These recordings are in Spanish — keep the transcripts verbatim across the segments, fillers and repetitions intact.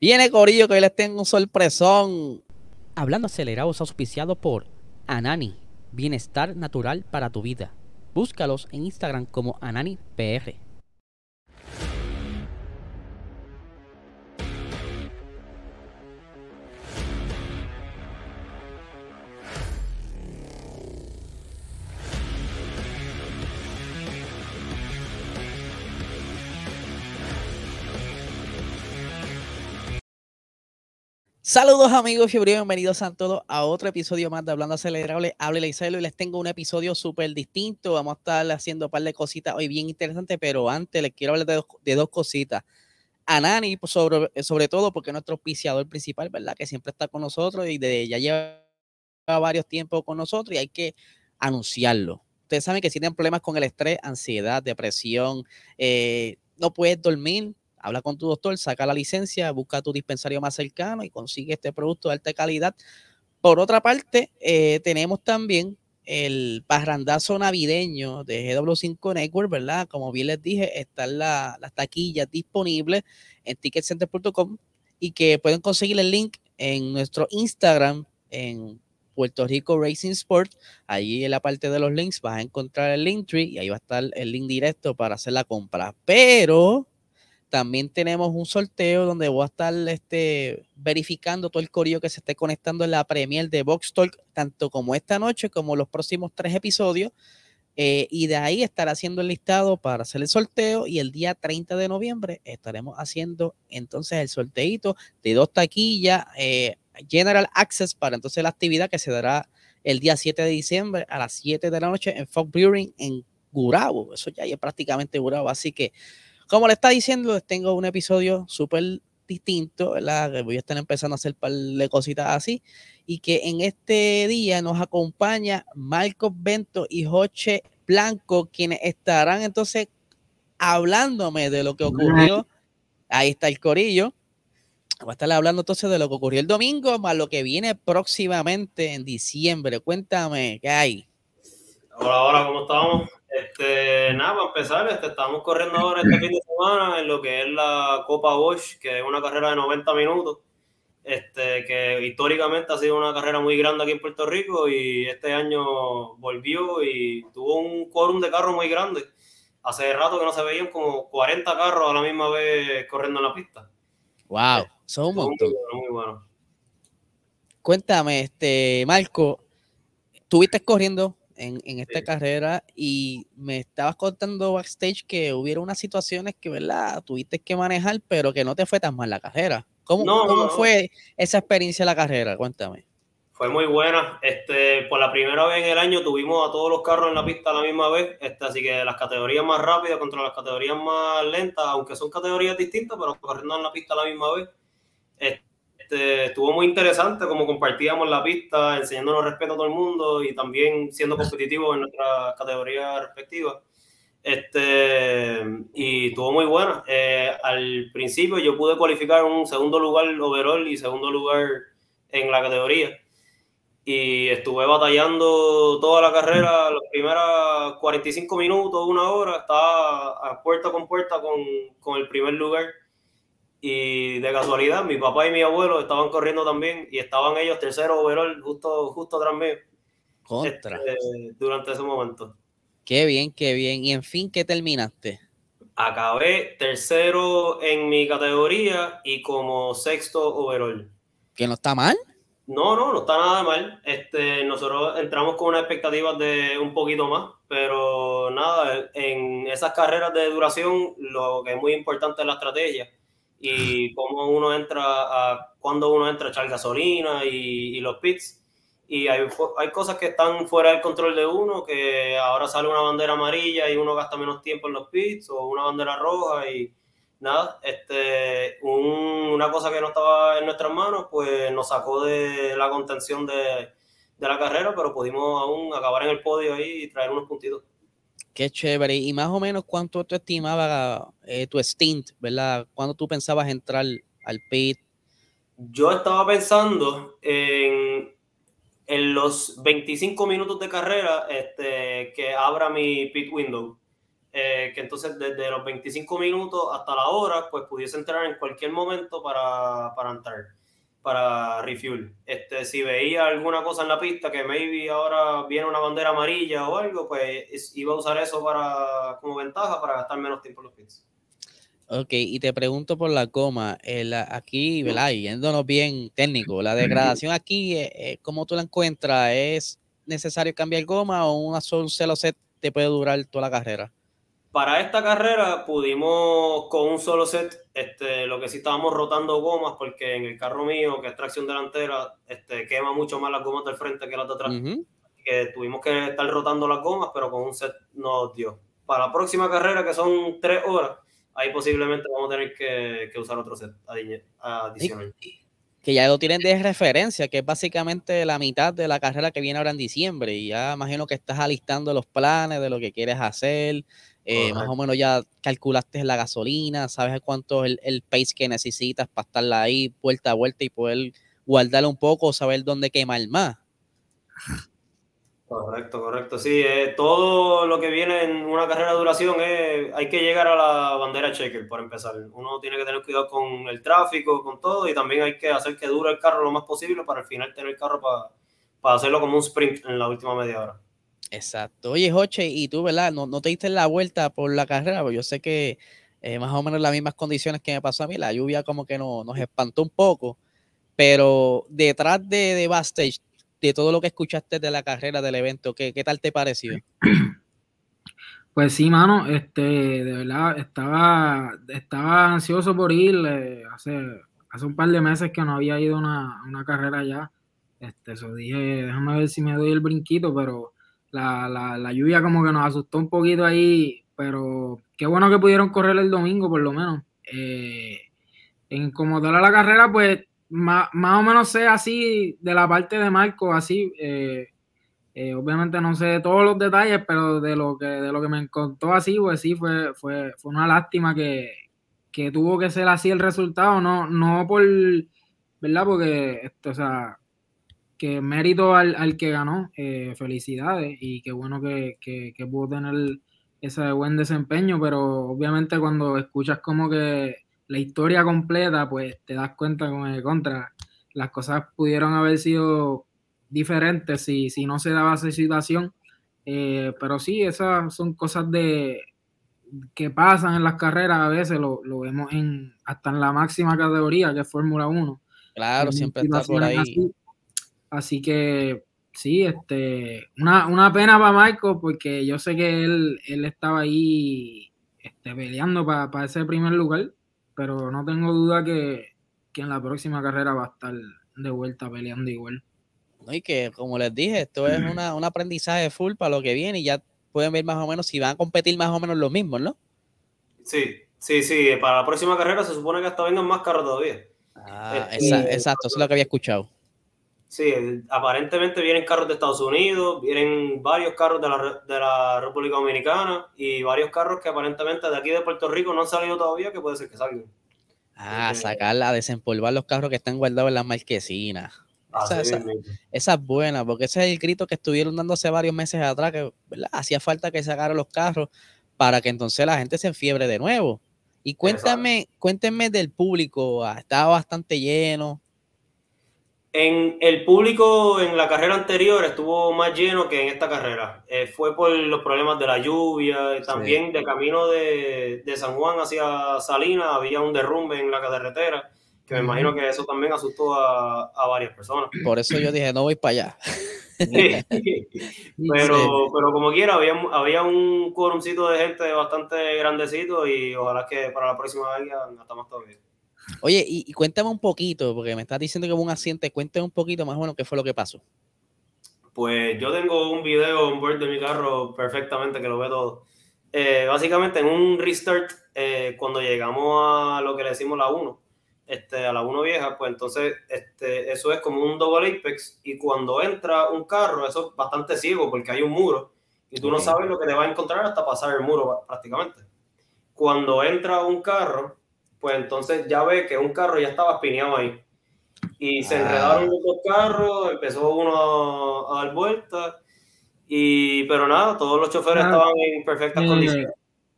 Viene Corillo, que hoy les tengo un sorpresón. Hablando Acelerados, auspiciado por Anani, bienestar natural para tu vida. Búscalos en Instagram como Anani P R. Saludos amigos, fiebre, bienvenidos a todos a otro episodio más de Hablando Acelerable. Hable Isabel, y les tengo un episodio súper distinto. Vamos a estar haciendo un par de cositas hoy bien interesantes, pero antes les quiero hablar de dos, de dos cositas. Anani, pues sobre, sobre todo porque es nuestro auspiciador principal, ¿verdad? Que siempre está con nosotros y de, ya lleva varios tiempos con nosotros y hay que anunciarlo. Ustedes saben que si tienen problemas con el estrés, ansiedad, depresión, eh, no puedes dormir, habla con tu doctor, saca la licencia, busca tu dispensario más cercano y consigue este producto de alta calidad. Por otra parte, eh, tenemos también el parrandazo navideño de G W cinco Network, ¿verdad? Como bien les dije, están la, las taquillas disponibles en ticket center punto com y que pueden conseguir el link en nuestro Instagram, en Puerto Rico Racing Sport. Allí en la parte de los links vas a encontrar el link tree y ahí va a estar el link directo para hacer la compra. Pero también tenemos un sorteo donde voy a estar este, verificando todo el corillo que se esté conectando en la Premier de Box Talk, tanto como esta noche como los próximos tres episodios. Eh, y de ahí estar haciendo el listado para hacer el sorteo y el día treinta de noviembre estaremos haciendo entonces el sorteito de dos taquillas eh, General Access para entonces la actividad que se dará el día siete de diciembre a las siete de la noche en Fog Brewing en Gurabo. Eso ya es prácticamente Gurabo, así que como le está diciendo, les tengo un episodio súper distinto, ¿verdad? Que voy a estar empezando a hacer un par de cositas así. Y que en este día nos acompaña Marcos Bento y Joche Blanco, quienes estarán entonces hablándome de lo que ocurrió. Ahí está el corillo. Voy a estar hablando entonces de lo que ocurrió el domingo, más lo que viene próximamente en diciembre. Cuéntame, ¿qué hay? Hola, hola, ¿cómo estamos? Este, nada, para empezar, este, estamos corriendo ahora este fin de semana en lo que es la Copa Bosch, que es una carrera de noventa minutos, este, que históricamente ha sido una carrera muy grande aquí en Puerto Rico y este año volvió y tuvo un quórum de carros muy grande. Hace rato que no se veían como cuarenta carros a la misma vez corriendo en la pista. Wow, Este, son un estuvo muy montón. bueno, muy bueno. Cuéntame, este, Marco, estuviste corriendo en, en esta Sí. carrera y me estabas contando backstage que hubieron unas situaciones que, ¿verdad? Tuviste que manejar, pero que no te fue tan mal la carrera. ¿Cómo, No, no, cómo no. fue esa experiencia de la carrera? Cuéntame. Fue muy buena. Este, por la primera vez en el año tuvimos a todos los carros en la pista a la misma vez. Este, así que las categorías más rápidas contra las categorías más lentas, aunque son categorías distintas, pero corriendo en la pista a la misma vez. Este, estuvo muy interesante como compartíamos la pista, enseñándonos respeto a todo el mundo y también siendo competitivos en nuestras categorías respectivas. Este, y estuvo muy buena. Eh, al principio yo pude cualificar un segundo lugar overall y segundo lugar en la categoría y estuve batallando toda la carrera, las primeras cuarenta y cinco minutos, una hora, estaba a puerta con puerta con, con el primer lugar. Y de casualidad, mi papá y mi abuelo estaban corriendo también y estaban ellos tercero overall, justo, justo atrás mío, este, Contra. durante ese momento. Qué bien, qué bien. Y en fin, ¿qué terminaste? Acabé tercero en mi categoría y como sexto overall. ¿Que no está mal? No, no, no está nada mal. Este, nosotros entramos con unas expectativas de un poquito más, pero nada, en esas carreras de duración lo que es muy importante es la estrategia y cómo uno entra, a, cuando uno entra a echar gasolina y, y los pits. Y hay, hay cosas que están fuera del control de uno, que ahora sale una bandera amarilla y uno gasta menos tiempo en los pits, o una bandera roja y nada, este, un, una cosa que no estaba en nuestras manos, pues nos sacó de la contención de, de la carrera, pero pudimos aún acabar en el podio ahí y traer unos puntitos. Qué chévere. Y más o menos, ¿cuánto tú estimabas eh, tu stint, ¿verdad? ¿Cuándo tú pensabas entrar al pit? Yo estaba pensando en, en los veinticinco minutos de carrera este, que abra mi pit window. eh, que entonces desde los veinticinco minutos hasta la hora, pues pudiese entrar en cualquier momento para, para entrar, para refuel. Este, si veía alguna cosa en la pista, que maybe ahora viene una bandera amarilla o algo, pues iba a usar eso para, como ventaja para gastar menos tiempo en los pits. Ok, y te pregunto por la goma, el, aquí, ¿verdad? Yéndonos bien técnico, la degradación aquí, eh, ¿cómo tú la encuentras? ¿Es necesario cambiar goma o un solo set te puede durar toda la carrera? Para esta carrera pudimos con un solo set, este, lo que sí estábamos rotando gomas, porque en el carro mío, que es tracción delantera, este, quema mucho más las gomas del frente que las de atrás. Uh-huh. Que tuvimos que estar rotando las gomas, pero con un set nos dio. Para la próxima carrera, que son tres horas, ahí posiblemente vamos a tener que, que usar otro set adicional. Que ya lo tienen de referencia, que es básicamente la mitad de la carrera que viene ahora en diciembre, y ya imagino que estás alistando los planes de lo que quieres hacer, eh, más o menos ya calculaste la gasolina, sabes cuánto es el, el pace que necesitas para estarla ahí vuelta a vuelta y poder guardarla un poco, saber dónde quemar más. Correcto, correcto. Sí, eh, todo lo que viene en una carrera de duración es, hay que llegar a la bandera checker, por empezar. Uno tiene que tener cuidado con el tráfico, con todo, y también hay que hacer que dure el carro lo más posible para al final tener el carro para, para hacerlo como un sprint en la última media hora. Exacto. Oye, Joche, y tú, ¿verdad? ¿No, no te diste la vuelta por la carrera? Porque yo sé que eh, más o menos las mismas condiciones que me pasó a mí, la lluvia como que no, nos espantó un poco, pero detrás de, de backstage, de todo lo que escuchaste de la carrera, del evento, ¿qué, qué tal te pareció? Pues sí, mano, este, de verdad, estaba, estaba ansioso por ir, eh, hace, hace un par de meses que no había ido a una, una carrera ya, este, eso dije, déjame ver si me doy el brinquito, pero la, la, la lluvia como que nos asustó un poquito ahí, pero qué bueno que pudieron correr el domingo por lo menos. Eh, en como tal a la carrera, pues más, más o menos sé así de la parte de Marco, así, eh, Eh, obviamente no sé todos los detalles, pero de lo que, de lo que me contó así, pues sí, fue, fue, fue una lástima que, que tuvo que ser así el resultado, no, no por, ¿verdad? Porque, esto, o sea, que mérito al, al que ganó, eh, felicidades, y qué bueno que, que, que pudo tener ese buen desempeño, pero obviamente cuando escuchas como que la historia completa, pues te das cuenta con el contra, las cosas pudieron haber sido diferentes si, si no se daba esa situación, eh, pero sí, esas son cosas de que pasan en las carreras, a veces lo, lo vemos en hasta en la máxima categoría que es Fórmula uno. Claro, siempre está por ahí. Así, así que sí, este, una, una pena para Marco, porque yo sé que él, él estaba ahí este, peleando para pa ese primer lugar, pero no tengo duda que, que en la próxima carrera va a estar de vuelta peleando igual. No, y que, como les dije, esto es una, un aprendizaje full para lo que viene, y ya pueden ver más o menos si van a competir más o menos los mismos, ¿no? Sí, sí, sí. Para la próxima carrera se supone que hasta vengan más carros todavía. Ah, este, esa, exacto, eso es lo que había escuchado. Sí, aparentemente vienen carros de Estados Unidos, vienen varios carros de la, de la República Dominicana y varios carros que aparentemente de aquí de Puerto Rico no han salido todavía, que puede ser que salgan. Ah, porque... sacarla, desempolvar los carros que están guardados en las marquesinas. Esa, esa, esa es buena, porque ese es el grito que estuvieron dando hace varios meses atrás, que, ¿verdad? Hacía falta que sacaran los carros para que entonces la gente se enfiebre de nuevo. Y cuéntame, Exacto. cuéntenme del público, estaba bastante lleno. En el público en la carrera anterior estuvo más lleno que en esta carrera. Eh, fue por los problemas de la lluvia, y también sí. De camino de, de San Juan hacia Salinas había un derrumbe en la carretera, que me uh-huh. imagino que eso también asustó a, a varias personas. Por eso yo dije, no voy para allá. Sí. pero, sí. pero como quiera, había, había un quórumcito de gente bastante grandecito y ojalá que para la próxima vez hasta más todavía. Oye, y, y cuéntame un poquito, porque me estás diciendo que hubo un accidente, cuéntame un poquito más o menos qué fue lo que pasó. Pues yo tengo un video on board de mi carro perfectamente que lo ve todo. Eh, básicamente en un restart, eh, cuando llegamos a lo que le decimos la uno, este, a la uno vieja, pues entonces este, eso es como un double apex, y cuando entra un carro, eso es bastante ciego porque hay un muro y tú okay. no sabes lo que te va a encontrar hasta pasar el muro prácticamente. Cuando entra un carro, pues entonces ya ve que un carro ya estaba espineado ahí. Y se ah. enredaron los dos carros, empezó uno a, a dar vueltas, y, pero nada, todos los choferes ah. estaban en perfectas eh, condiciones.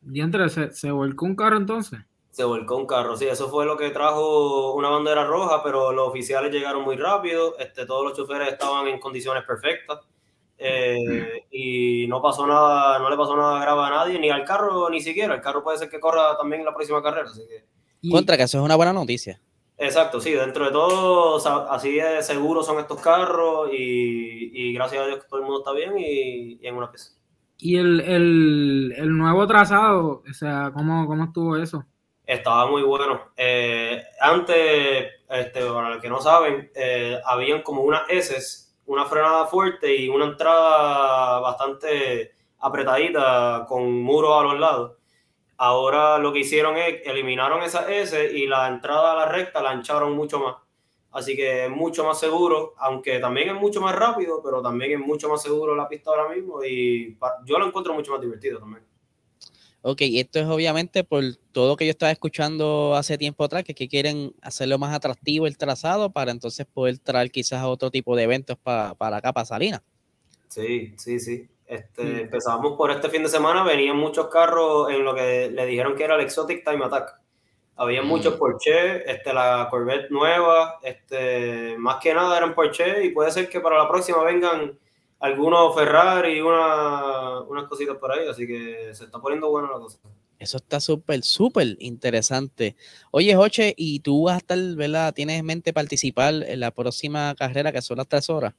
Diantre, ¿se, se volcó un carro entonces? Se volcó un carro, sí, eso fue lo que trajo una bandera roja, pero los oficiales llegaron muy rápido, este, todos los choferes estaban en condiciones perfectas, eh, y no pasó nada, no le pasó nada grave a nadie, ni al carro ni siquiera. El carro puede ser que corra también en la próxima carrera, así que... Y, Contra, que eso es una buena noticia. Exacto, sí, dentro de todo, o sea, así de seguros son estos carros y, y gracias a Dios que todo el mundo está bien y, y en una pieza. y el, el, el nuevo trazado, o sea, ¿cómo, cómo estuvo eso? Estaba muy bueno. Eh, antes, este, para los que no saben, eh, habían como unas S, una frenada fuerte y una entrada bastante apretadita con muros a los lados. Ahora lo que hicieron es eliminaron esa S y la entrada a la recta la ancharon mucho más. Así que es mucho más seguro, aunque también es mucho más rápido, pero también es mucho más seguro la pista ahora mismo y yo lo encuentro mucho más divertido también. Ok, esto es obviamente por todo lo que yo estaba escuchando hace tiempo atrás, que, que quieren hacerlo más atractivo el trazado para entonces poder traer quizás a otro tipo de eventos para, para acá, para Salinas. Sí, sí, sí. Este, Sí. empezamos por este fin de semana, venían muchos carros en lo que le dijeron que era el Exotic Time Attack. Había mm. muchos Porsche, este, la Corvette nueva, este, más que nada eran Porsche y puede ser que para la próxima vengan algunos Ferrari y una, unas cositas por ahí, así que se está poniendo buena la cosa. Eso está súper, súper interesante. Oye, Joche, ¿y tú vas a estar, verdad, tienes en mente participar en la próxima carrera que son las tres horas?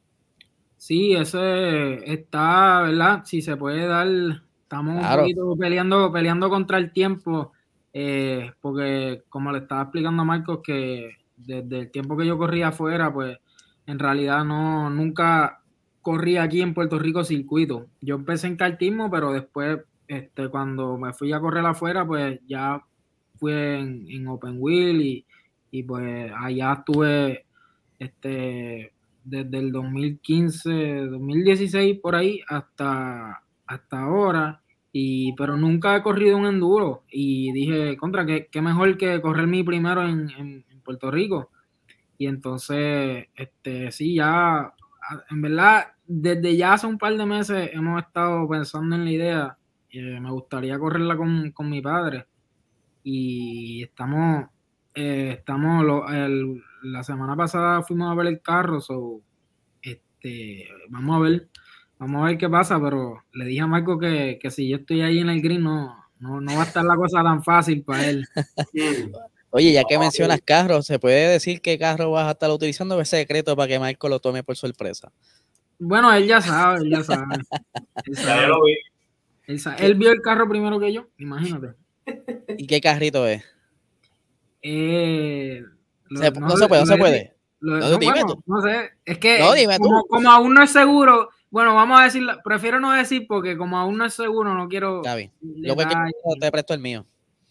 Sí, ese está, ¿verdad? Si se puede dar, estamos Claro. un poquito peleando, peleando contra el tiempo, eh, porque como le estaba explicando a Marcos, que desde el tiempo que yo corría afuera, pues en realidad no, nunca corrí aquí en Puerto Rico circuito. Yo empecé en kartismo, pero después, este, cuando me fui a correr afuera, pues ya fui en, en Open Wheel y, y pues allá estuve, este desde el dos mil quince, dos mil dieciséis por ahí hasta, hasta ahora, y, pero nunca he corrido un enduro y dije, contra, qué, qué mejor que correr mi primero en, en, en Puerto Rico. Y entonces, este, sí, ya, en verdad, desde ya hace un par de meses hemos estado pensando en la idea, eh, me gustaría correrla con, con mi padre y estamos, eh, estamos, lo, el, la semana pasada fuimos a ver el carro, so, este, vamos a ver, vamos a ver qué pasa, pero le dije a Marco que, que si yo estoy ahí en el green no, no, no va a estar la cosa tan fácil para él. Oye, ya que mencionas carros, ¿se puede decir qué carro vas a estar utilizando o es secreto para que Marco lo tome por sorpresa? Bueno, él ya sabe, él ya sabe. Él, sabe. Ya lo vi. Él, sabe. Él vio el carro primero que yo, imagínate. ¿Y qué carrito es? Eh, lo, ¿Se, no, no se puede, no se lo, puede. Lo, no, no, dime bueno, tú. no sé, es que no, dime como, tú. como aún no es seguro, bueno, vamos a decir, prefiero no decir porque como aún no es seguro, no quiero... Está bien. Lo que quiero, te presto el mío.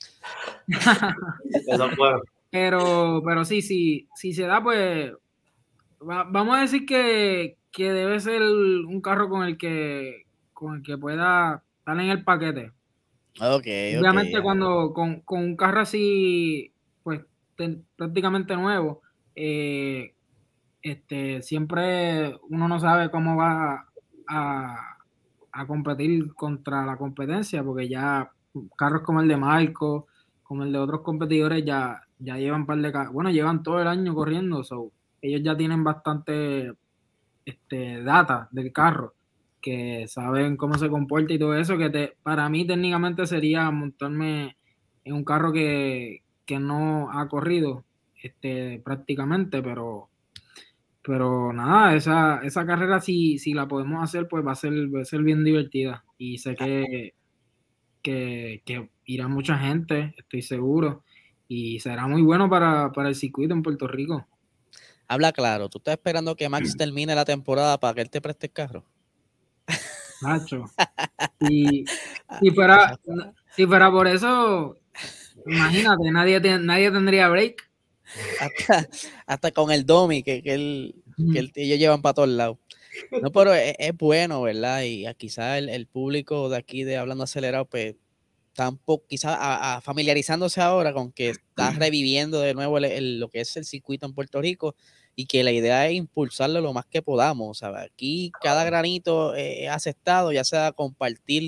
pero, pero sí, sí, si se da, pues va, vamos a decir que, que debe ser un carro con el que con el que pueda estar en el paquete. Okay, obviamente okay, cuando con, con un carro así, pues ten, prácticamente nuevo, eh, este, siempre uno no sabe cómo va a, a competir contra la competencia, porque ya carros como el de Marco, como el de otros competidores, ya, ya llevan par de carros, bueno, llevan todo el año corriendo, so, ellos ya tienen bastante este, data del carro, que saben cómo se comporta y todo eso, que te, para mí técnicamente sería montarme en un carro que, que no ha corrido este, prácticamente, pero pero nada, esa, esa carrera si, si la podemos hacer, pues va a ser, va a ser bien divertida. Y sé que, que, que irá mucha gente, estoy seguro. Y será muy bueno para, para el circuito en Puerto Rico. Habla claro, ¿tú estás esperando que Max termine la temporada para que él te preste el carro? Nacho. Si, si, fuera, si fuera por eso, imagínate, nadie, te, nadie tendría break. Hasta, hasta con el Domi que, que, él, que él, ellos llevan para todos lados. No, pero es, es bueno, ¿verdad? Y quizás el, el público de aquí de Hablando Acelerado, pues, tampoco, quizás a, a familiarizándose ahora con que está reviviendo de nuevo el, el, lo que es el circuito en Puerto Rico y que la idea es impulsarlo lo más que podamos. ¿Sabes? Aquí cada granito es aceptado, ya sea compartir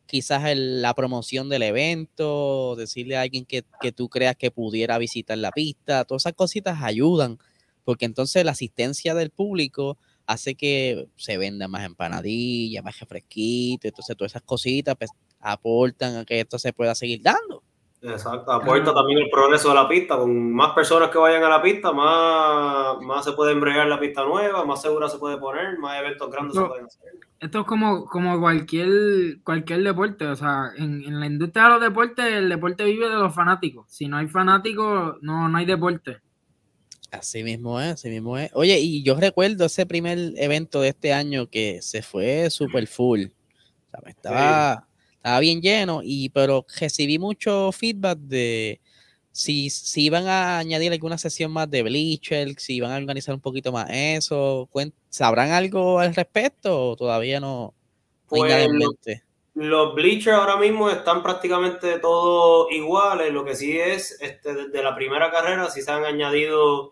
quizás el, la promoción del evento, decirle a alguien que, que tú creas que pudiera visitar la pista, todas esas cositas ayudan, porque entonces la asistencia del público hace que se vendan más empanadillas, más refresquitos, entonces todas esas cositas pues, aportan a que esto se pueda seguir dando. Exacto, aporta también el progreso de la pista. Con más personas que vayan a la pista, más, más se puede embregar la pista nueva, más segura se puede poner, más eventos grandes esto, se pueden hacer. Esto es como, como cualquier, cualquier deporte. O sea, en, en la industria de los deportes, el deporte vive de los fanáticos. Si no hay fanáticos, no, no hay deporte. Así mismo es, así mismo es. Oye, y yo recuerdo ese primer evento de este año que se fue súper full. O sea, estaba, sí. estaba bien lleno, y, pero recibí mucho feedback de si, si iban a añadir alguna sesión más de Bleacher, si iban a organizar un poquito más eso. ¿Sabrán algo al respecto o todavía no, no hay pues nada en mente? Los, los bleachers ahora mismo están prácticamente todos iguales. Lo que sí es, este, desde la primera carrera sí se han añadido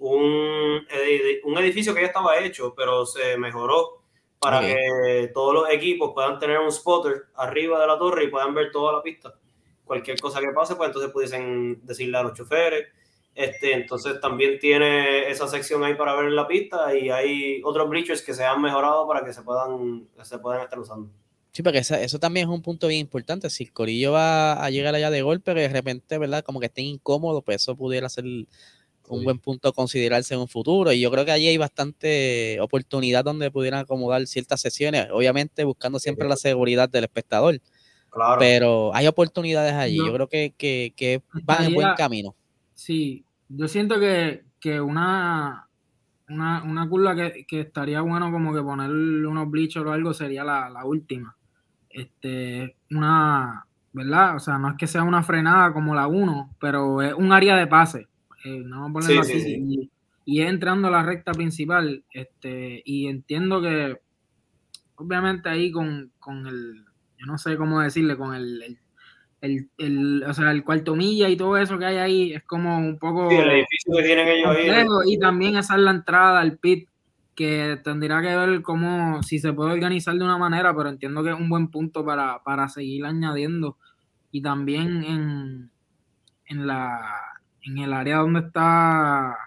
un, un edificio que ya estaba hecho, pero se mejoró para okay. que todos los equipos puedan tener un spotter arriba de la torre y puedan ver toda la pista. Cualquier cosa que pase, pues entonces pudiesen decirle a los choferes. Este, entonces también tiene esa sección ahí para ver en la pista, y hay otros bleachers que se han mejorado para que se puedan, se puedan estar usando. Sí, porque eso, eso también es un punto bien importante. Si el corillo va a llegar allá de golpe, que de repente, ¿verdad? Como que estén incómodos, pues eso pudiera ser un sí. buen punto a considerarse en un futuro. Y yo creo que allí hay bastante oportunidad donde pudieran acomodar ciertas sesiones, obviamente buscando siempre sí. la seguridad del espectador. Claro. Pero hay oportunidades allí. Yo, yo creo que, que, que van en buen camino. Sí, yo siento que, que una, una, una curva que, que estaría bueno como que poner unos bleachers o algo sería la, la última. Este, una, ¿verdad? O sea, no es que sea una frenada como la uno, pero es un área de pase. Eh, vamos a ponerlo sí, así. Sí, sí. Y, y es entrando a la recta principal. Este, y entiendo que, obviamente, ahí con, con el, yo no sé cómo decirle, con el, el El, el, o sea, el cuarto milla y todo eso que hay ahí es como un poco... Sí, el edificio que tienen ellos complejo, ahí. Y también esa es la entrada al pit, que tendría que ver cómo, si se puede organizar de una manera, pero entiendo que es un buen punto para, para seguir añadiendo. Y también en, en, la, en el área donde está...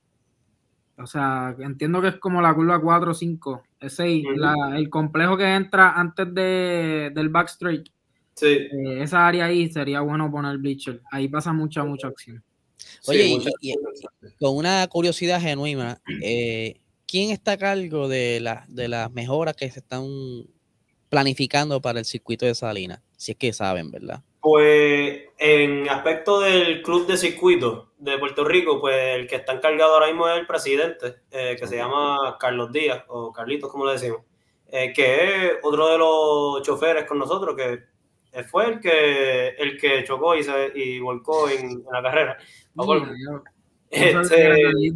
O sea, entiendo que es como la curva cuatro o cinco, seis, uh-huh. la, el complejo que entra antes de, del backstraight. Sí. Eh, esa área ahí sería bueno poner bleacher. Ahí pasa mucha, mucha acción. Oye, sí, mucha y, y, y con una curiosidad genuina, eh, ¿quién está a cargo de, la, de las mejoras que se están planificando para el circuito de Salinas? Si es que saben, ¿verdad? Pues en aspecto del club de circuito de Puerto Rico, pues el que está encargado ahora mismo es el presidente, eh, que se llama Carlos Díaz, o Carlitos, como le decimos, eh, que es otro de los choferes con nosotros, que fue el que el que chocó y se y volcó en, en la carrera. Mira, yo, este,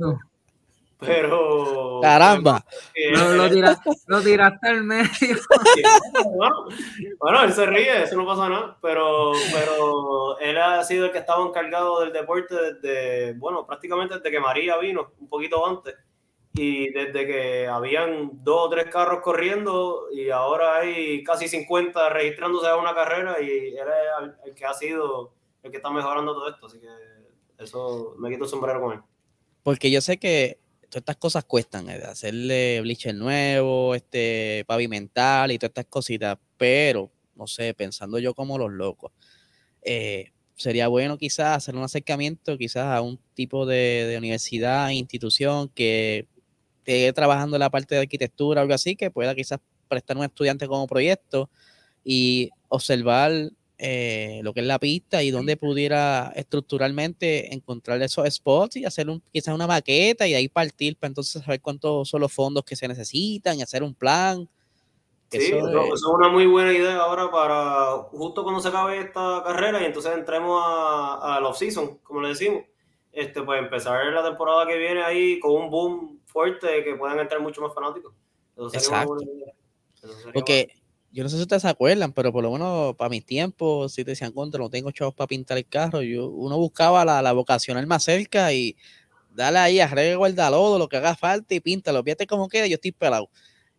pero caramba, pero, lo, lo, tira, lo tiraste al medio. bueno, bueno, él se ríe, eso no pasa nada, pero, pero él ha sido el que estaba encargado del deporte desde, bueno, prácticamente desde que María vino, un poquito antes. Y desde que habían dos o tres carros corriendo, y ahora hay casi cincuenta registrándose a una carrera, y él es el, el que ha sido el que está mejorando todo esto, así que eso me quito el sombrero con él. Porque yo sé que todas estas cosas cuestan, ¿eh? Hacerle bleacher nuevo, este, pavimentar y todas estas cositas, pero, no sé, pensando yo como los locos, eh, sería bueno quizás hacer un acercamiento quizás a un tipo de, de universidad, institución que esté trabajando en la parte de arquitectura o algo así, que pueda quizás prestar un estudiante como proyecto y observar eh, lo que es la pista y dónde pudiera estructuralmente encontrar esos spots y hacer un, quizás una maqueta, y de ahí partir para entonces saber cuántos son los fondos que se necesitan y hacer un plan. Sí, eso, eso, es... eso es una muy buena idea ahora para justo cuando se acabe esta carrera y entonces entremos a, a la off-season, como le decimos. Este, pues empezar la temporada que viene ahí con un boom fuerte, que puedan entrar muchos más fanáticos. Eso sería Exacto. Una buena idea. Eso sería Porque bueno. Yo no sé si ustedes se acuerdan, pero por lo menos para mis tiempos, si te decían contra, no tengo chavos para pintar el carro, yo, uno buscaba la, la vocacional más cerca y dale ahí, arregla, guarda lodo, lo que haga falta y píntalo, fíjate cómo queda, yo estoy pelado.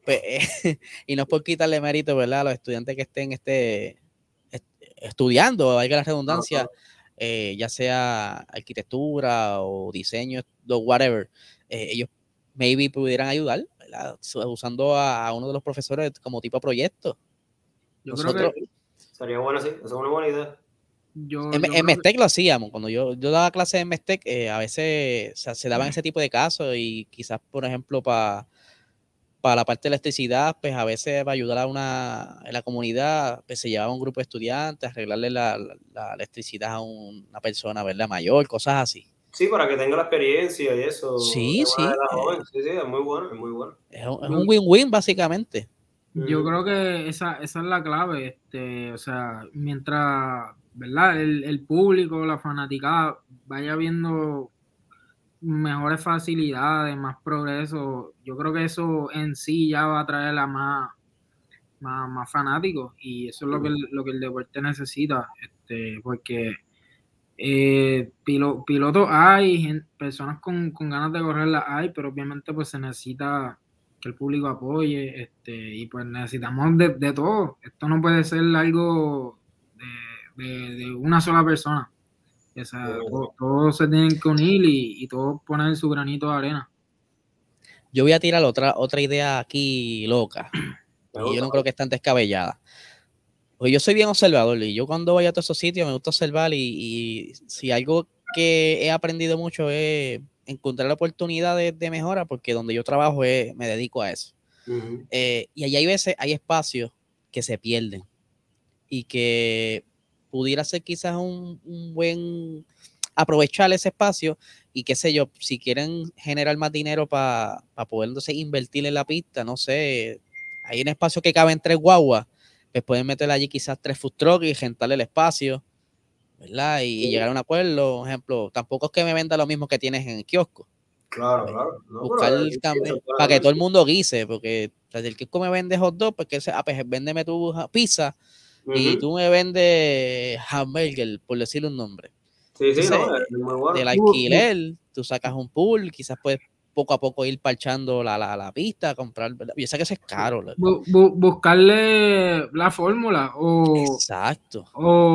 Pues, eh, y no es por quitarle mérito, ¿verdad? A los estudiantes que estén este, est estudiando, valga la redundancia, eh, ya sea arquitectura o diseño, o whatever, eh, ellos maybe pudieran ayudar, ¿verdad? Usando a, a uno de los profesores como tipo de proyecto. Yo Nosotros, creo que sería bueno, sí, esa es una buena idea. Yo, en, yo en creo Mestec que... lo hacíamos, cuando yo, yo daba clases en Mestec, eh, a veces o sea, se daban ese tipo de casos y quizás, por ejemplo, para para la parte de electricidad, pues a veces para ayudar a una, en la comunidad, pues se llevaba un grupo de estudiantes, arreglarle la, la, la electricidad a un, una persona, ¿verdad? Mayor, cosas así. Sí, para que tenga la experiencia y eso. Sí, de sí. Edad Eh, joven. Sí, sí, es muy bueno, es muy bueno. Es un win-win, básicamente. Yo Mm. creo que esa, esa es la clave, este, o sea, mientras, ¿verdad? El, el público, la fanaticada vaya viendo mejores facilidades, más progreso, yo creo que eso en sí ya va a traer a más, más, más fanáticos y eso es lo que el, lo que el deporte necesita, este, porque eh, pilo, pilotos hay, gen- personas con, con ganas de correrla hay, pero obviamente pues se necesita que el público apoye, este, y pues necesitamos de, de todo. Esto no puede ser algo de, de, de una sola persona. O sea, to- todos se tienen que unir y, y todos poner su granito de arena. Yo voy a tirar otra, otra idea aquí loca. Y yo no creo que es tan descabellada. Pues yo soy bien observador y yo cuando voy a todos esos sitios me gusta observar y, y si algo que he aprendido mucho es encontrar oportunidades de mejora porque donde yo trabajo es, me dedico a eso. Uh-huh. eh, y allí hay veces, hay espacios que se pierden y que pudiera ser quizás un, un buen aprovechar ese espacio y qué sé yo, si quieren generar más dinero para pa poder entonces invertir en la pista, no sé, hay un espacio que cabe en tres guaguas, pues pueden meter allí quizás tres food trucks y rentarle el espacio, ¿verdad? Y, sí. y llegar a un acuerdo, por ejemplo, tampoco es que me venda lo mismo que tienes en el kiosco. Claro, claro. No, buscar el sí, cambio para que todo el mundo guise, porque o sea, el kiosco me vende hot dog, pues que ah, pues véndeme tu pizza uh-huh. y tú me vendes hamburger, por decirle un nombre. Sí, sí, Entonces, no, es muy bueno. Del alquiler, tú sacas un pool, quizás puedes poco a poco ir parchando la, la, la pista, comprar, yo sé que eso es caro. Bu bu buscarle la fórmula o... Exacto.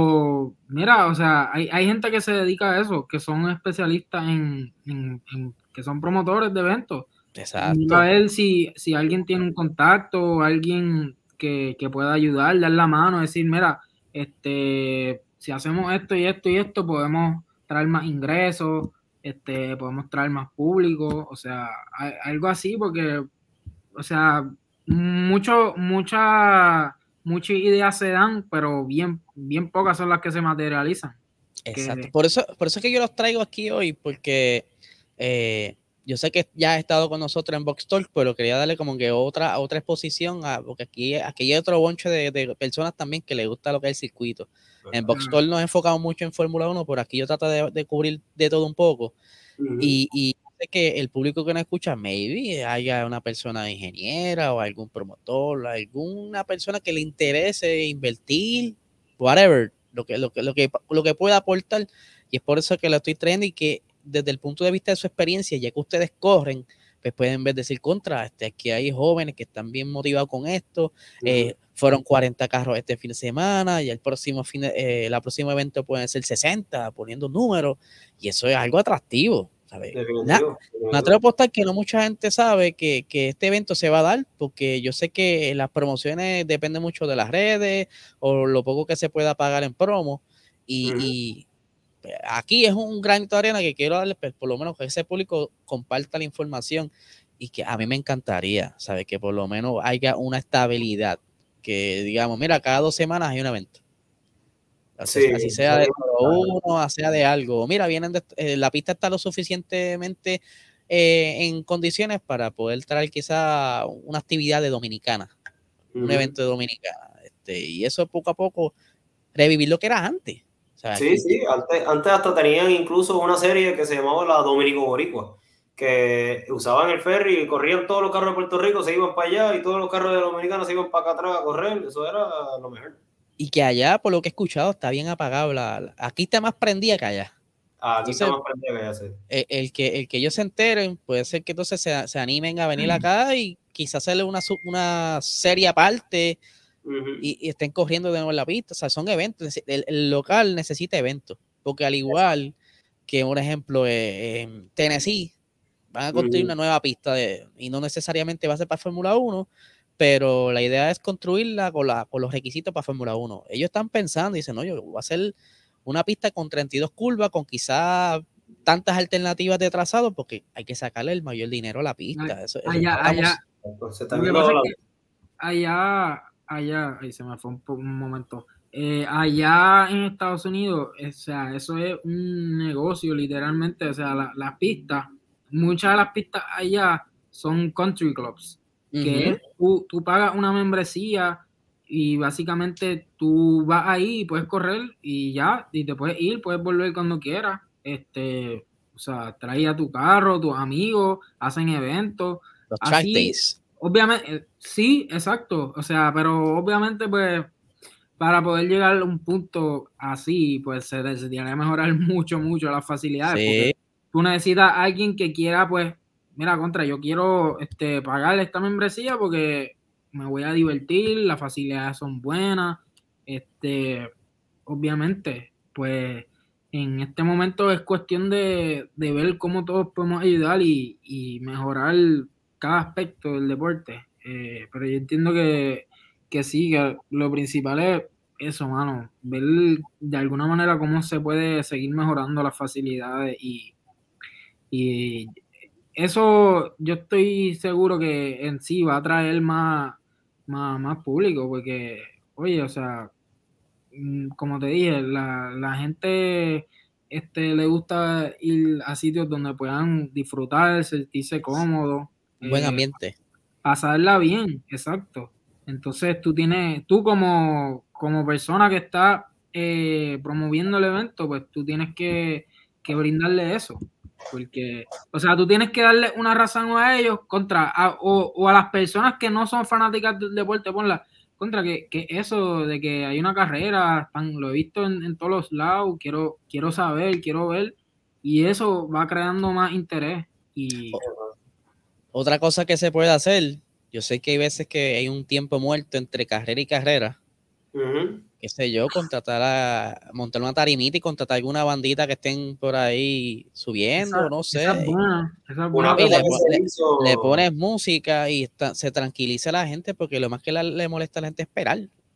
O, mira, o sea, hay, hay gente que se dedica a eso, que son especialistas en, en, en que son promotores de eventos. Exacto. A ver si, si alguien tiene un contacto o alguien que, que pueda ayudar, dar la mano, decir, mira, este, si hacemos esto y esto y esto, podemos traer más ingresos, este, podemos traer más público, o sea, hay, algo así, porque, o sea, mucho, mucha, muchas ideas se dan, pero bien, bien pocas son las que se materializan. Exacto. Que... Por eso, por eso es que yo los traigo aquí hoy, porque eh, yo sé que ya ha estado con nosotros en Box Talk, pero quería darle como que otra, otra exposición, a, porque aquí, aquí hay otro bonche de, de personas también que les gusta lo que es el circuito. En Box Talk nos enfocamos mucho en Fórmula uno, por aquí yo trato de, de cubrir de todo un poco. Uh-huh. Y, y sé que el público que nos escucha, maybe haya una persona ingeniera o algún promotor, alguna persona que le interese invertir, whatever, lo que, lo que, lo que, lo que pueda aportar. Y es por eso que lo estoy trayendo y que desde el punto de vista de su experiencia, ya que ustedes corren, pues pueden ver, decir contra, este, aquí hay jóvenes que están bien motivados con esto, uh-huh. eh, fueron cuarenta carros este fin de semana y el próximo fin de, eh, el próximo evento pueden ser sesenta, poniendo números, y eso es algo atractivo, ¿sabes? Definitivo, me atrevo a apostar que no mucha gente sabe que, que este evento se va a dar, porque yo sé que las promociones dependen mucho de las redes o lo poco que se pueda pagar en promo, y, uh-huh. y aquí es un granito de arena que quiero darle, pues, por lo menos que ese público comparta la información y que a mí me encantaría, ¿sabes? Que por lo menos haya una estabilidad, que digamos, mira, cada dos semanas hay un evento. Así, sí, así sea de uno, sea de algo. Mira, vienen de, eh, la pista está lo suficientemente eh, en condiciones para poder traer quizá una actividad de dominicana, uh-huh. un evento de dominicana. Este, y eso poco a poco, revivir lo que era antes. O sea, sí, aquí, sí, antes, antes hasta tenían incluso una serie que se llamaba la Dominico Boricua, que usaban el ferry y corrían todos los carros de Puerto Rico, se iban para allá y todos los carros de Dominicana se iban para acá atrás a correr, eso era lo mejor. Y que allá, por lo que he escuchado, está bien apagado, la, la, aquí está más prendida que allá. Aquí está más perdido que ya sé. El, el, que, el que ellos se enteren, puede ser que entonces se, se animen a venir acá y quizás hacerle una, una serie aparte uh-huh. y, y estén corriendo de nuevo en la pista. O sea, son eventos. El, el local necesita eventos, porque al igual que, por ejemplo, eh, en Tennessee, van a construir uh-huh. una nueva pista de, y no necesariamente va a ser para Fórmula uno, pero la idea es construirla con, la, con los requisitos para Fórmula uno. Ellos están pensando y dicen, no, yo voy a hacer una pista con treinta y dos curvas, con quizás tantas alternativas de trazado, porque hay que sacarle el mayor dinero a la pista. Eso, eso allá, estamos... allá, Entonces, lo que pasa es que allá, allá, ahí se me fue un, un momento, eh, allá en Estados Unidos, o sea, eso es un negocio literalmente, o sea, las la pistas, muchas de las pistas allá son country clubs, uh-huh. que es, tú, tú pagas una membresía y básicamente tú vas ahí y puedes correr y ya, y te puedes ir, puedes volver cuando quieras. Este, o sea, trae a tu carro, tus amigos, hacen eventos. Los track days. Obviamente, sí, exacto. O sea, pero obviamente, pues, para poder llegar a un punto así, pues se necesitaría mejorar mucho, mucho las facilidades. Sí. Porque tú necesitas a alguien que quiera, pues, mira, contra, yo quiero este, pagar esta membresía porque me voy a divertir, las facilidades son buenas. Este, obviamente, pues en este momento es cuestión de, de ver cómo todos podemos ayudar y, y mejorar cada aspecto del deporte. Eh, pero yo entiendo que, que sí, que lo principal es eso, mano, ver de alguna manera cómo se puede seguir mejorando las facilidades y, y eso yo estoy seguro que en sí va a traer más, más, más público, porque, oye, o sea, como te dije, la, la gente este, le gusta ir a sitios donde puedan disfrutar, sentirse cómodos. Buen eh, ambiente. Pasarla bien, exacto. Entonces tú tienes, tú como, como persona que está eh, promoviendo el evento, pues tú tienes que, que brindarle eso. Porque, o sea, tú tienes que darle una razón a ellos contra, a, o, o a las personas que no son fanáticas del deporte, ponla contra que, que eso de que hay una carrera, están, lo he visto en, en todos los lados, quiero, quiero saber, quiero ver, y eso va creando más interés. Y otra cosa que se puede hacer, yo sé que hay veces que hay un tiempo muerto entre carrera y carrera, uh-huh. qué sé yo, contratar a, montar una tarimita y contratar alguna bandita que estén por ahí subiendo, esa, no sé. Esa es buena, esa es buena. Le, le, le pones música y está, se tranquiliza la gente, porque lo más que la, le molesta a la gente es esperar.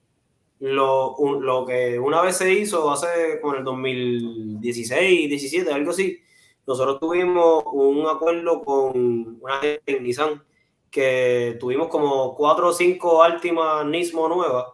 Lo, un, lo que una vez se hizo hace con el dos mil dieciséis, diecisiete, algo así, nosotros tuvimos un acuerdo con una gente en Nissan que tuvimos como cuatro o cinco Altima Nismo nuevas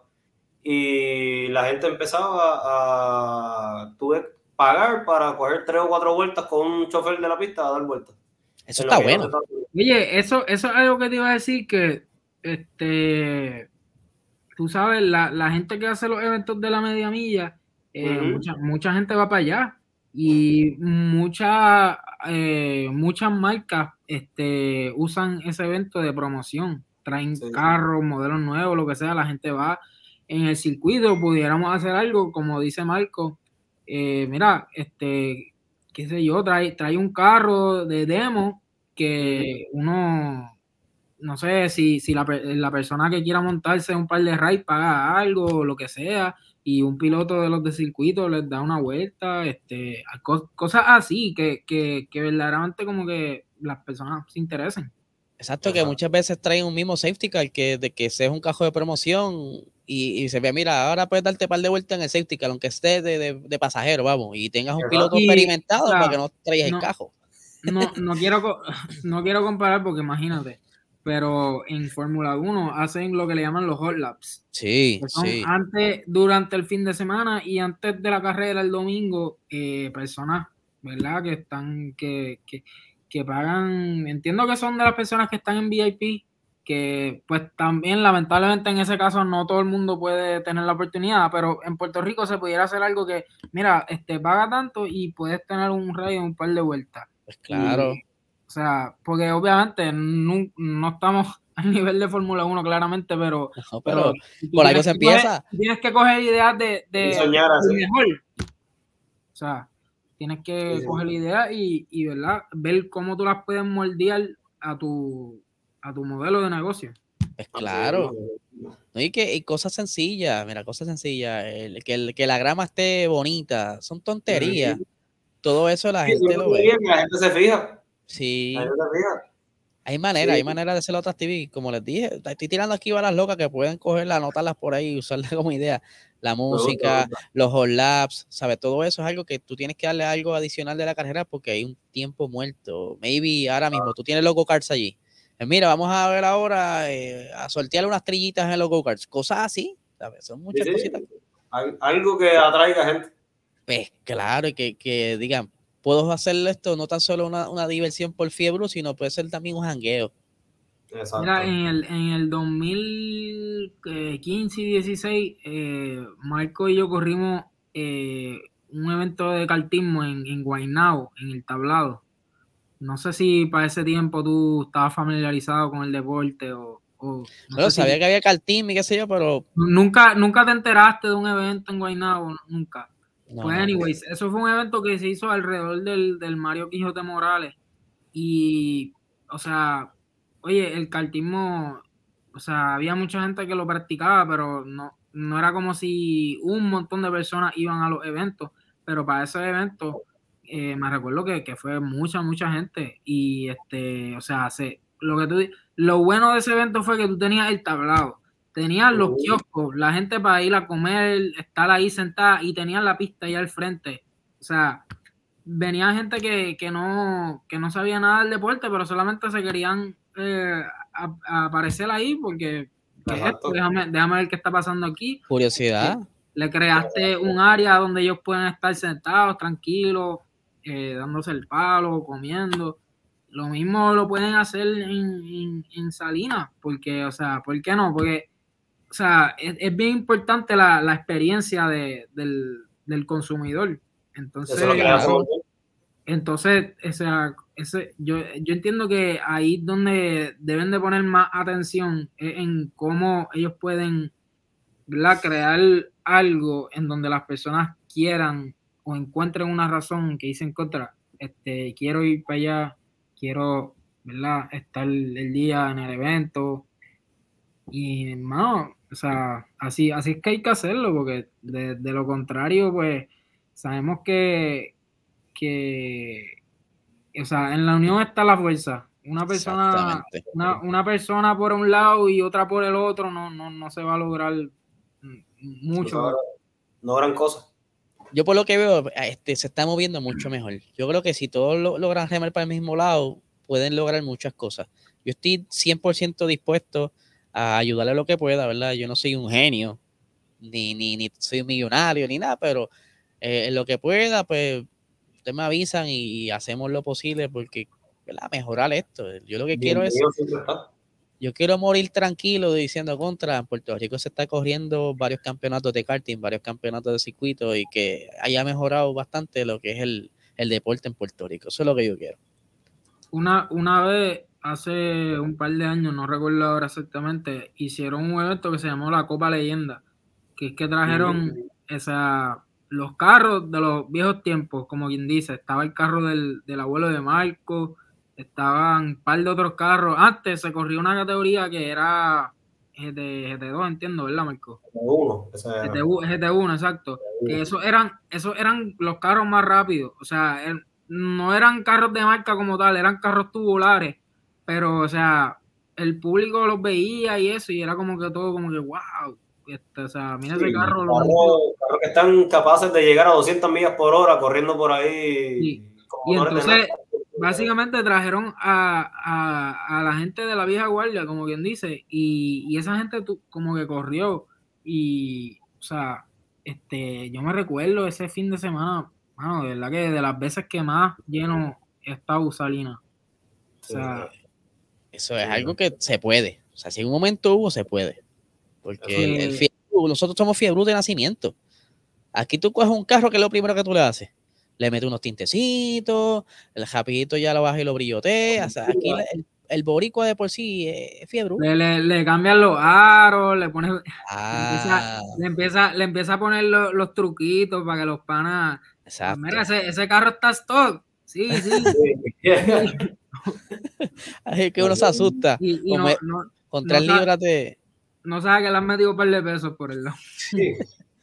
y la gente empezaba a tuve pagar para coger tres o cuatro vueltas con un chofer de la pista a dar vueltas. Eso está bueno. Está... Oye, eso, eso es algo que te iba a decir, que este tú sabes, la, la gente que hace los eventos de la media milla, eh, uh-huh. mucha, mucha gente va para allá y mucha, eh, muchas marcas este, usan ese evento de promoción, traen sí, carros, modelos nuevos, lo que sea, la gente va en el circuito, pudiéramos hacer algo, como dice Marco, eh, mira, este, qué sé yo, trae, trae un carro de demo que uh-huh. uno... no sé, si, si la, la persona que quiera montarse un par de rides paga algo o lo que sea, y un piloto de los de circuito les da una vuelta, este, cosas así, que, que, que verdaderamente como que las personas se interesen. Exacto, que muchas veces traen un mismo safety car, que de que sea un cajo de promoción y, y se ve, mira, ahora puedes darte un par de vueltas en el safety car, aunque esté de, de, de pasajero, vamos, y tengas un piloto y, experimentado, o sea, para que no traigas no, el cajo. No, no, quiero, no quiero comparar porque imagínate, pero en Fórmula uno hacen lo que le llaman los hot laps. Sí, sí. Antes, durante el fin de semana y antes de la carrera el domingo, eh, personas, ¿verdad? Que están, que, que, que pagan, entiendo que son de las personas que están en V I P, que pues también lamentablemente en ese caso no todo el mundo puede tener la oportunidad, pero en Puerto Rico se pudiera hacer algo que, mira, este paga tanto y puedes tener un radio un par de vueltas. Pues claro. Y, o sea, porque obviamente no, no estamos al nivel de Fórmula uno claramente, pero, no, pero, pero por algo se empieza. Coger, tienes que coger ideas de, de, soñar así. de mejor. O sea, Tienes que Sí, sí. coger la idea y, y ¿verdad? Ver cómo tú las puedes moldear a tu, a tu modelo de negocio. Pues claro. No, y que y cosas sencillas, mira, cosas sencillas, el, que, el, que la grama esté bonita, son tonterías. Sí. Todo eso la Sí, gente son lo ve. que la gente se fija. Sí. La gente se fija. Hay manera, Sí. hay manera de hacerlo atractivo y como les dije, estoy tirando aquí balas locas que pueden cogerlas, anotarlas por ahí y usarlas como idea. La música, gusta, los hot labs, ¿sabes? Todo eso es algo que tú tienes que darle algo adicional de la carrera porque hay un tiempo muerto. Maybe ahora mismo tú tienes los go-karts allí. Pues mira, vamos a ver ahora eh, a sortear unas trillitas en los go-karts. Cosas así, ¿sabes? Son muchas sí, cositas. Algo que atraiga gente. Pues claro, y que, que digan, puedo hacerle esto no tan solo una, una diversión por fiebre, sino puede ser también un jangueo. Exacto. Mira, en el, en el dos mil quince y dieciséis, eh, Marco y yo corrimos eh, un evento de kartismo en, en Guaynabo, en el tablado. No sé si para ese tiempo tú estabas familiarizado con el deporte o... o no Bueno, sé sabía si, que había karting y qué sé yo, pero... ¿Nunca, nunca te enteraste de un evento en Guaynabo? Nunca. No, Pues no. anyways, eso fue un evento que se hizo alrededor del, del Mario Quijote Morales. Y, o sea, oye, el kartismo, o sea, había mucha gente que lo practicaba, pero no, no era como si un montón de personas iban a los eventos. Pero para ese evento, eh, me recuerdo que, que fue mucha, mucha gente. Y, este, o sea, se, lo que tú, lo bueno de ese evento fue que tú tenías el tablado. Tenían los kioscos, la gente para ir a comer, estar ahí sentada y tenían la pista ahí al frente. O sea, venía gente que, que, no, que no sabía nada del deporte, pero solamente se querían eh, a, a aparecer ahí porque ¿qué es esto? Déjame, déjame ver qué está pasando aquí. Curiosidad. Le, le creaste un área donde ellos pueden estar sentados, tranquilos, eh, dándose el palo, comiendo. Lo mismo lo pueden hacer en, en, en Salinas, porque, o sea, ¿por qué no? Porque o sea, es, es bien importante la, la experiencia de, del, del consumidor. Entonces, Eso es lo que claro. entonces o sea, ese, yo, yo entiendo que ahí donde deben de poner más atención es en cómo ellos pueden, ¿verdad?, crear algo en donde las personas quieran o encuentren una razón que dicen contra, este, quiero ir para allá, quiero, ¿verdad?, estar el día en el evento. Y, no, o sea, así, así es que hay que hacerlo, porque de, de lo contrario, pues, sabemos que, que, o sea, en la unión está la fuerza. Una persona, una, una persona por un lado y otra por el otro, no, no, no se va a lograr mucho. No, no gran cosa. Yo por lo que veo, este, se está moviendo mucho mejor. Yo creo que si todos lo, logran remar para el mismo lado, pueden lograr muchas cosas. Yo estoy cien por ciento dispuesto a ayudarle a lo que pueda, ¿verdad? Yo no soy un genio, ni, ni, ni soy un millonario, ni nada, pero eh, en lo que pueda, pues, ustedes me avisan y, y hacemos lo posible porque, ¿verdad?, mejorar esto. Yo lo que Bien, quiero es... Yo quiero morir tranquilo diciendo contra, en Puerto Rico se está corriendo varios campeonatos de karting, varios campeonatos de circuito y que haya mejorado bastante lo que es el, el deporte en Puerto Rico. Eso es lo que yo quiero. Una, una vez, hace un par de años, no recuerdo ahora exactamente, hicieron un evento que se llamó la Copa Leyenda, que es que trajeron uh-huh. esa, los carros de los viejos tiempos, como quien dice. Estaba el carro del, del abuelo de Marco, estaban un par de otros carros. Antes se corría una categoría que era G T, G T dos, entiendo, ¿verdad, Marco? G T uno. Esa... G T uno, G T uno, exacto. G T uno. Que esos eran, esos eran los carros más rápidos. O sea, el, no eran carros de marca como tal, eran carros tubulares. Pero, o sea, el público los veía y eso, y era como que todo como que, wow. Este, o sea, mira sí, ese carro. Carros carro que están capaces de llegar a doscientas millas por hora corriendo por ahí. Sí. Y entonces, básicamente trajeron a, a, a la gente de la vieja guardia, como quien dice, y, y esa gente tu, como que corrió. Y, o sea, este, yo me recuerdo ese fin de semana, mano, de verdad que de las veces que más lleno está Salinas. O sea, eso es sí, algo que se puede. O sea, si en un momento hubo, se puede. Porque sí. el, el fiebre, nosotros somos fiebre de nacimiento. Aquí tú coges un carro, que es lo primero que tú le haces. Le metes unos tintecitos, el rapidito ya lo bajas y lo brilloteas. O sea, aquí el, el boricua de por sí es fiebre. Le, le, le cambian los aros, le pones, ah. le, empieza, le, empieza, le empieza a poner lo, los truquitos para que los panas Exacto. Pues mira, ese, ese carro está stock. Sí, sí. Es que uno se asusta. Y, y con, no, me, no, con no tres sabe, libras de... no sabe que le han metido un par de pesos por el lado. Sí.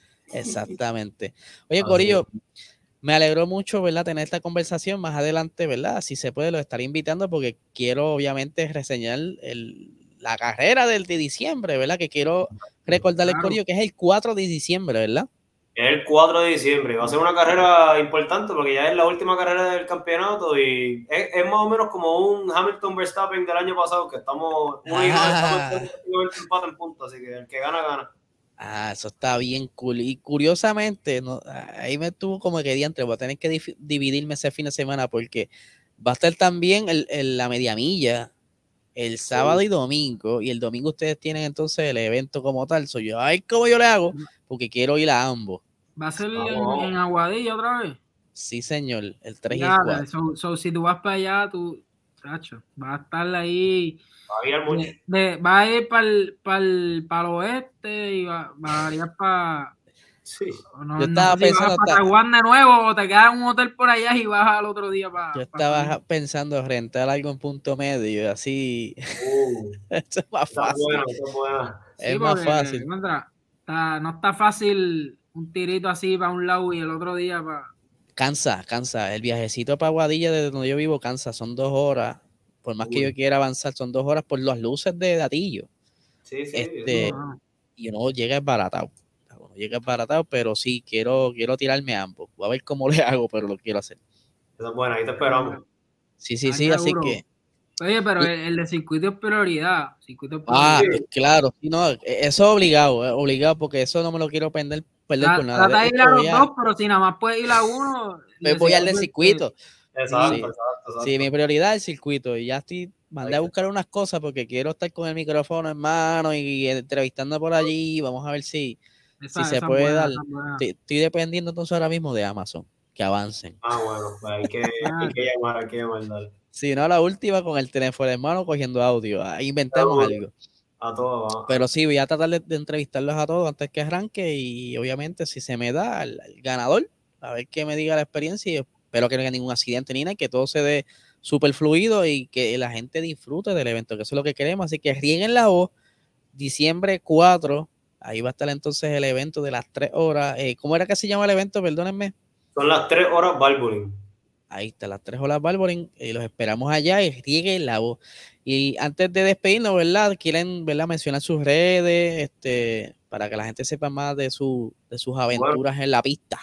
Exactamente. Oye, Corillo, me alegró mucho, ¿verdad?, tener esta conversación. Más adelante, ¿verdad?, si se puede, lo estaré invitando porque quiero, obviamente, reseñar el, la carrera del de diciembre, ¿verdad? Que quiero recordarle, Claro. Corillo, que es el cuatro de diciembre, ¿verdad? Es el cuatro de diciembre. Va a ser una carrera importante porque ya es la última carrera del campeonato y es, es más o menos como un Hamilton Verstappen del año pasado, que estamos uno y dos Ah. estamos prácticamente empate en punto, así que el que gana, gana. Ah, eso está bien cool. Y curiosamente, no, ahí me tuvo como que diantre, voy a tener que dif- dividirme ese fin de semana porque va a estar también el, el- la media milla el sábado Sí. y domingo, y el domingo ustedes tienen entonces el evento como tal. Soy yo, ay, ¿cómo yo le hago? Porque quiero ir a ambos. ¿Va a ser Vamos. en, en Aguadilla otra vez? Sí, señor, el tres y el Ya, cuatro. so, so, si tú vas para allá, tú, tacho, vas a estar ahí. Va a virar mucho. De, de, vas a ir para el, para el, para el oeste y vas va a ir para. Sí. No, Yo no estaba sé si pensando vas para hasta- Taiwán de nuevo o te quedas en un hotel por allá y vas al otro día para. Yo para estaba salir. pensando rentar algo en punto medio, así. Uh, Eso es más está fácil. buena, está buena. Es Sí, más porque fácil. contra, está, no está fácil un tirito así para un lado y el otro día para. Cansa, cansa. El viajecito para Aguadilla, desde donde yo vivo, cansa. Son dos horas. Por más que Uy. yo quiera avanzar, son dos horas por las luces de Datillo. Sí, sí. Este, eso. y uno llega esbaratado. Uno llega esbaratado, pero sí, quiero, quiero tirarme a ambos. Voy a ver cómo le hago, pero lo quiero hacer. Eso es buena, ahí te esperamos. Sí, sí, sí, Estaría así duro. que. Oye, pero el, el de circuito es prioridad. Circuito es Ah, prioridad. Sí. claro, sí, no, eso es obligado, es obligado, porque eso no me lo quiero perder, perder por Tra- nada. Trata De de ir a hecho, voy los a, dos, pero si nada más puedes ir a uno, el pues de voy al de circuito, circuito. Exacto, Sí, exacto, exacto. sí, mi prioridad es el circuito. Y ya estoy, mandé a buscar unas cosas porque quiero estar con el micrófono en mano y entrevistando por allí. Vamos a ver si, esa, si se esa es puede buena, dar. esa es buena. Estoy, estoy dependiendo entonces ahora mismo de Amazon, que avancen. Ah, bueno, pues hay que, hay que llamar, hay que llamar, dale. Si no, la última con el teléfono en mano cogiendo audio. Ahí inventamos Seguro. algo. A todos. Pero sí, voy a tratar de, de entrevistarlos a todos antes que arranque y obviamente si se me da el, el ganador, a ver qué me diga la experiencia y espero que no haya ningún accidente ni nada, que todo se dé súper fluido y que la gente disfrute del evento, que eso es lo que queremos. Así que rieguen la voz, diciembre cuatro, ahí va a estar entonces el evento de las tres horas. Eh, ¿Cómo era que se llama el evento? Perdónenme. Son las tres horas Balburin. Ahí está, las tres horas Barborin, y los esperamos allá y rieguen la voz. Y antes de despedirnos, ¿verdad? Quieren, ¿verdad? Mencionar sus redes, este, para que la gente sepa más de, su, de sus aventuras bueno, en la pista.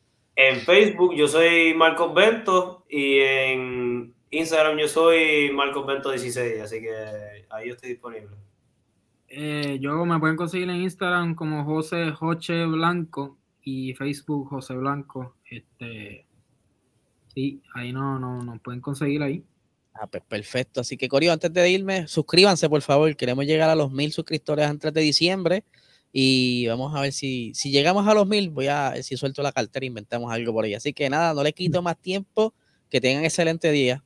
En Facebook yo soy Marcos Bento y en Instagram yo soy Marcos Bento dieciséis, así que ahí yo estoy disponible. Eh, yo me pueden conseguir en Instagram como José Joche Blanco y Facebook José Blanco. Este, sí, ahí no, no, nos pueden conseguir ahí. Ah, pues perfecto. Así que, Corio, antes de irme, suscríbanse, por favor. Queremos llegar a los mil suscriptores antes de diciembre. Y vamos a ver si, si llegamos a los mil, voy a ver si suelto la cartera e inventamos algo por ahí. Así que nada, no le quito más tiempo. Que tengan excelente día.